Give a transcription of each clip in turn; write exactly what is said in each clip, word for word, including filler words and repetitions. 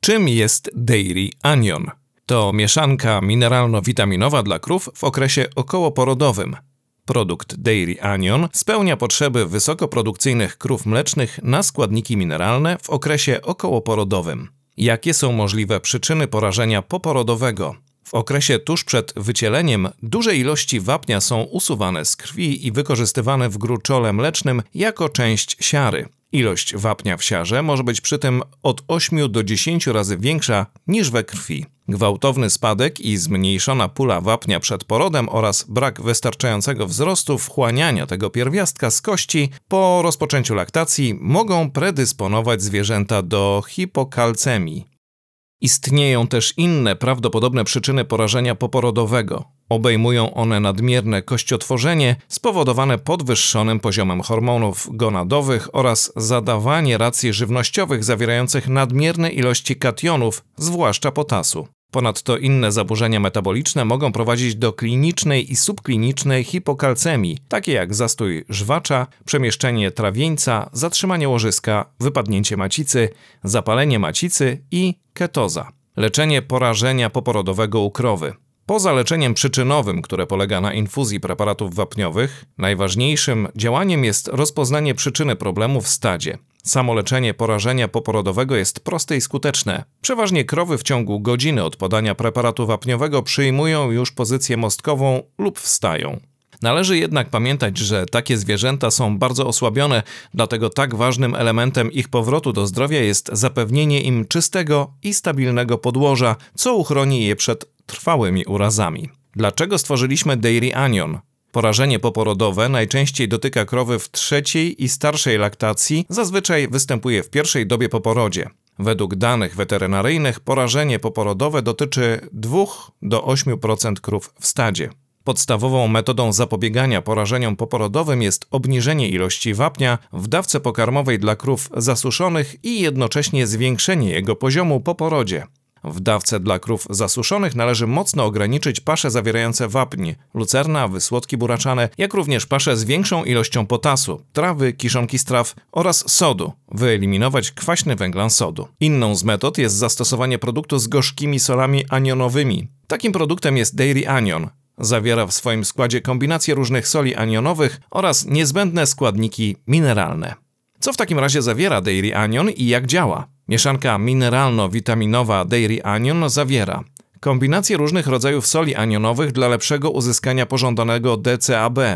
Czym jest Dairy Anion? To mieszanka mineralno-witaminowa dla krów w okresie okołoporodowym. Produkt Dairy Anion spełnia potrzeby wysokoprodukcyjnych krów mlecznych na składniki mineralne w okresie okołoporodowym. Jakie są możliwe przyczyny porażenia poporodowego? W okresie tuż przed wycieleniem duże ilości wapnia są usuwane z krwi i wykorzystywane w gruczole mlecznym jako część siary. Ilość wapnia w siarze może być przy tym od ośmiu do dziesięciu razy większa niż we krwi. Gwałtowny spadek i zmniejszona pula wapnia przed porodem oraz brak wystarczającego wzrostu wchłaniania tego pierwiastka z kości po rozpoczęciu laktacji mogą predysponować zwierzęta do hipokalcemii. Istnieją też inne prawdopodobne przyczyny porażenia poporodowego. Obejmują one nadmierne kościotworzenie spowodowane podwyższonym poziomem hormonów gonadowych oraz zadawanie racji żywnościowych zawierających nadmierne ilości kationów, zwłaszcza potasu. Ponadto inne zaburzenia metaboliczne mogą prowadzić do klinicznej i subklinicznej hipokalcemii, takie jak zastój żwacza, przemieszczenie trawieńca, zatrzymanie łożyska, wypadnięcie macicy, zapalenie macicy i ketoza. Leczenie porażenia poporodowego u krowy. Poza leczeniem przyczynowym, które polega na infuzji preparatów wapniowych, najważniejszym działaniem jest rozpoznanie przyczyny problemu w stadzie. Samo leczenie porażenia poporodowego jest proste i skuteczne. Przeważnie krowy w ciągu godziny od podania preparatu wapniowego przyjmują już pozycję mostkową lub wstają. Należy jednak pamiętać, że takie zwierzęta są bardzo osłabione, dlatego tak ważnym elementem ich powrotu do zdrowia jest zapewnienie im czystego i stabilnego podłoża, co uchroni je przed trwałymi urazami. Dlaczego stworzyliśmy Dairy Anion? Porażenie poporodowe najczęściej dotyka krowy w trzeciej i starszej laktacji, zazwyczaj występuje w pierwszej dobie po porodzie. Według danych weterynaryjnych porażenie poporodowe dotyczy dwa do ośmiu procent krów w stadzie. Podstawową metodą zapobiegania porażeniom poporodowym jest obniżenie ilości wapnia w dawce pokarmowej dla krów zasuszonych i jednocześnie zwiększenie jego poziomu po porodzie. W dawce dla krów zasuszonych należy mocno ograniczyć pasze zawierające wapń, lucerna, wysłodki buraczane, jak również pasze z większą ilością potasu, trawy, kiszonki z traw oraz sodu, wyeliminować kwaśny węglan sodu. Inną z metod jest zastosowanie produktu z gorzkimi solami anionowymi. Takim produktem jest Dairy Anion. Zawiera w swoim składzie kombinację różnych soli anionowych oraz niezbędne składniki mineralne. Co w takim razie zawiera Dairy Anion i jak działa? Mieszanka mineralno-witaminowa Dairy Anion zawiera kombinację różnych rodzajów soli anionowych dla lepszego uzyskania pożądanego D C A B,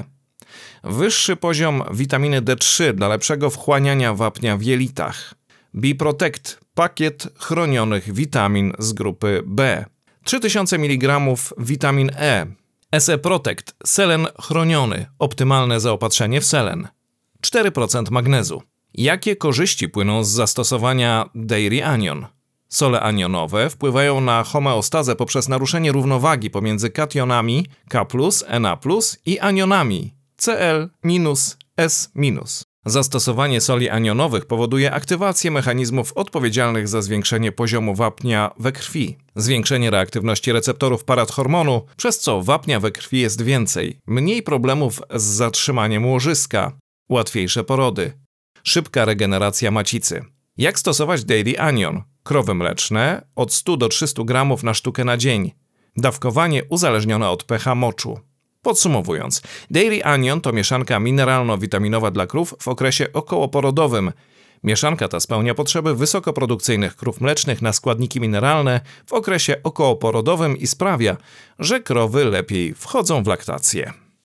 wyższy poziom witaminy D trzy dla lepszego wchłaniania wapnia w jelitach, B-Protect, pakiet chronionych witamin z grupy B, trzy tysiące miligramów witamin E, S E Protect, selen chroniony, optymalne zaopatrzenie w selen, cztery procent magnezu. Jakie korzyści płyną z zastosowania Dairy Anion? Sole anionowe wpływają na homeostazę poprzez naruszenie równowagi pomiędzy kationami K plus, Na plus i anionami Cl minus, S minus. Zastosowanie soli anionowych powoduje aktywację mechanizmów odpowiedzialnych za zwiększenie poziomu wapnia we krwi, zwiększenie reaktywności receptorów parathormonu, przez co wapnia we krwi jest więcej, mniej problemów z zatrzymaniem łożyska, łatwiejsze porody, szybka regeneracja macicy. Jak stosować Dairy Anion? Krowy mleczne od stu do trzystu gramów na sztukę na dzień. Dawkowanie uzależnione od pH moczu. Podsumowując, Dairy Anion to mieszanka mineralno-witaminowa dla krów w okresie okołoporodowym. Mieszanka ta spełnia potrzeby wysokoprodukcyjnych krów mlecznych na składniki mineralne w okresie okołoporodowym i sprawia, że krowy lepiej wchodzą w laktację.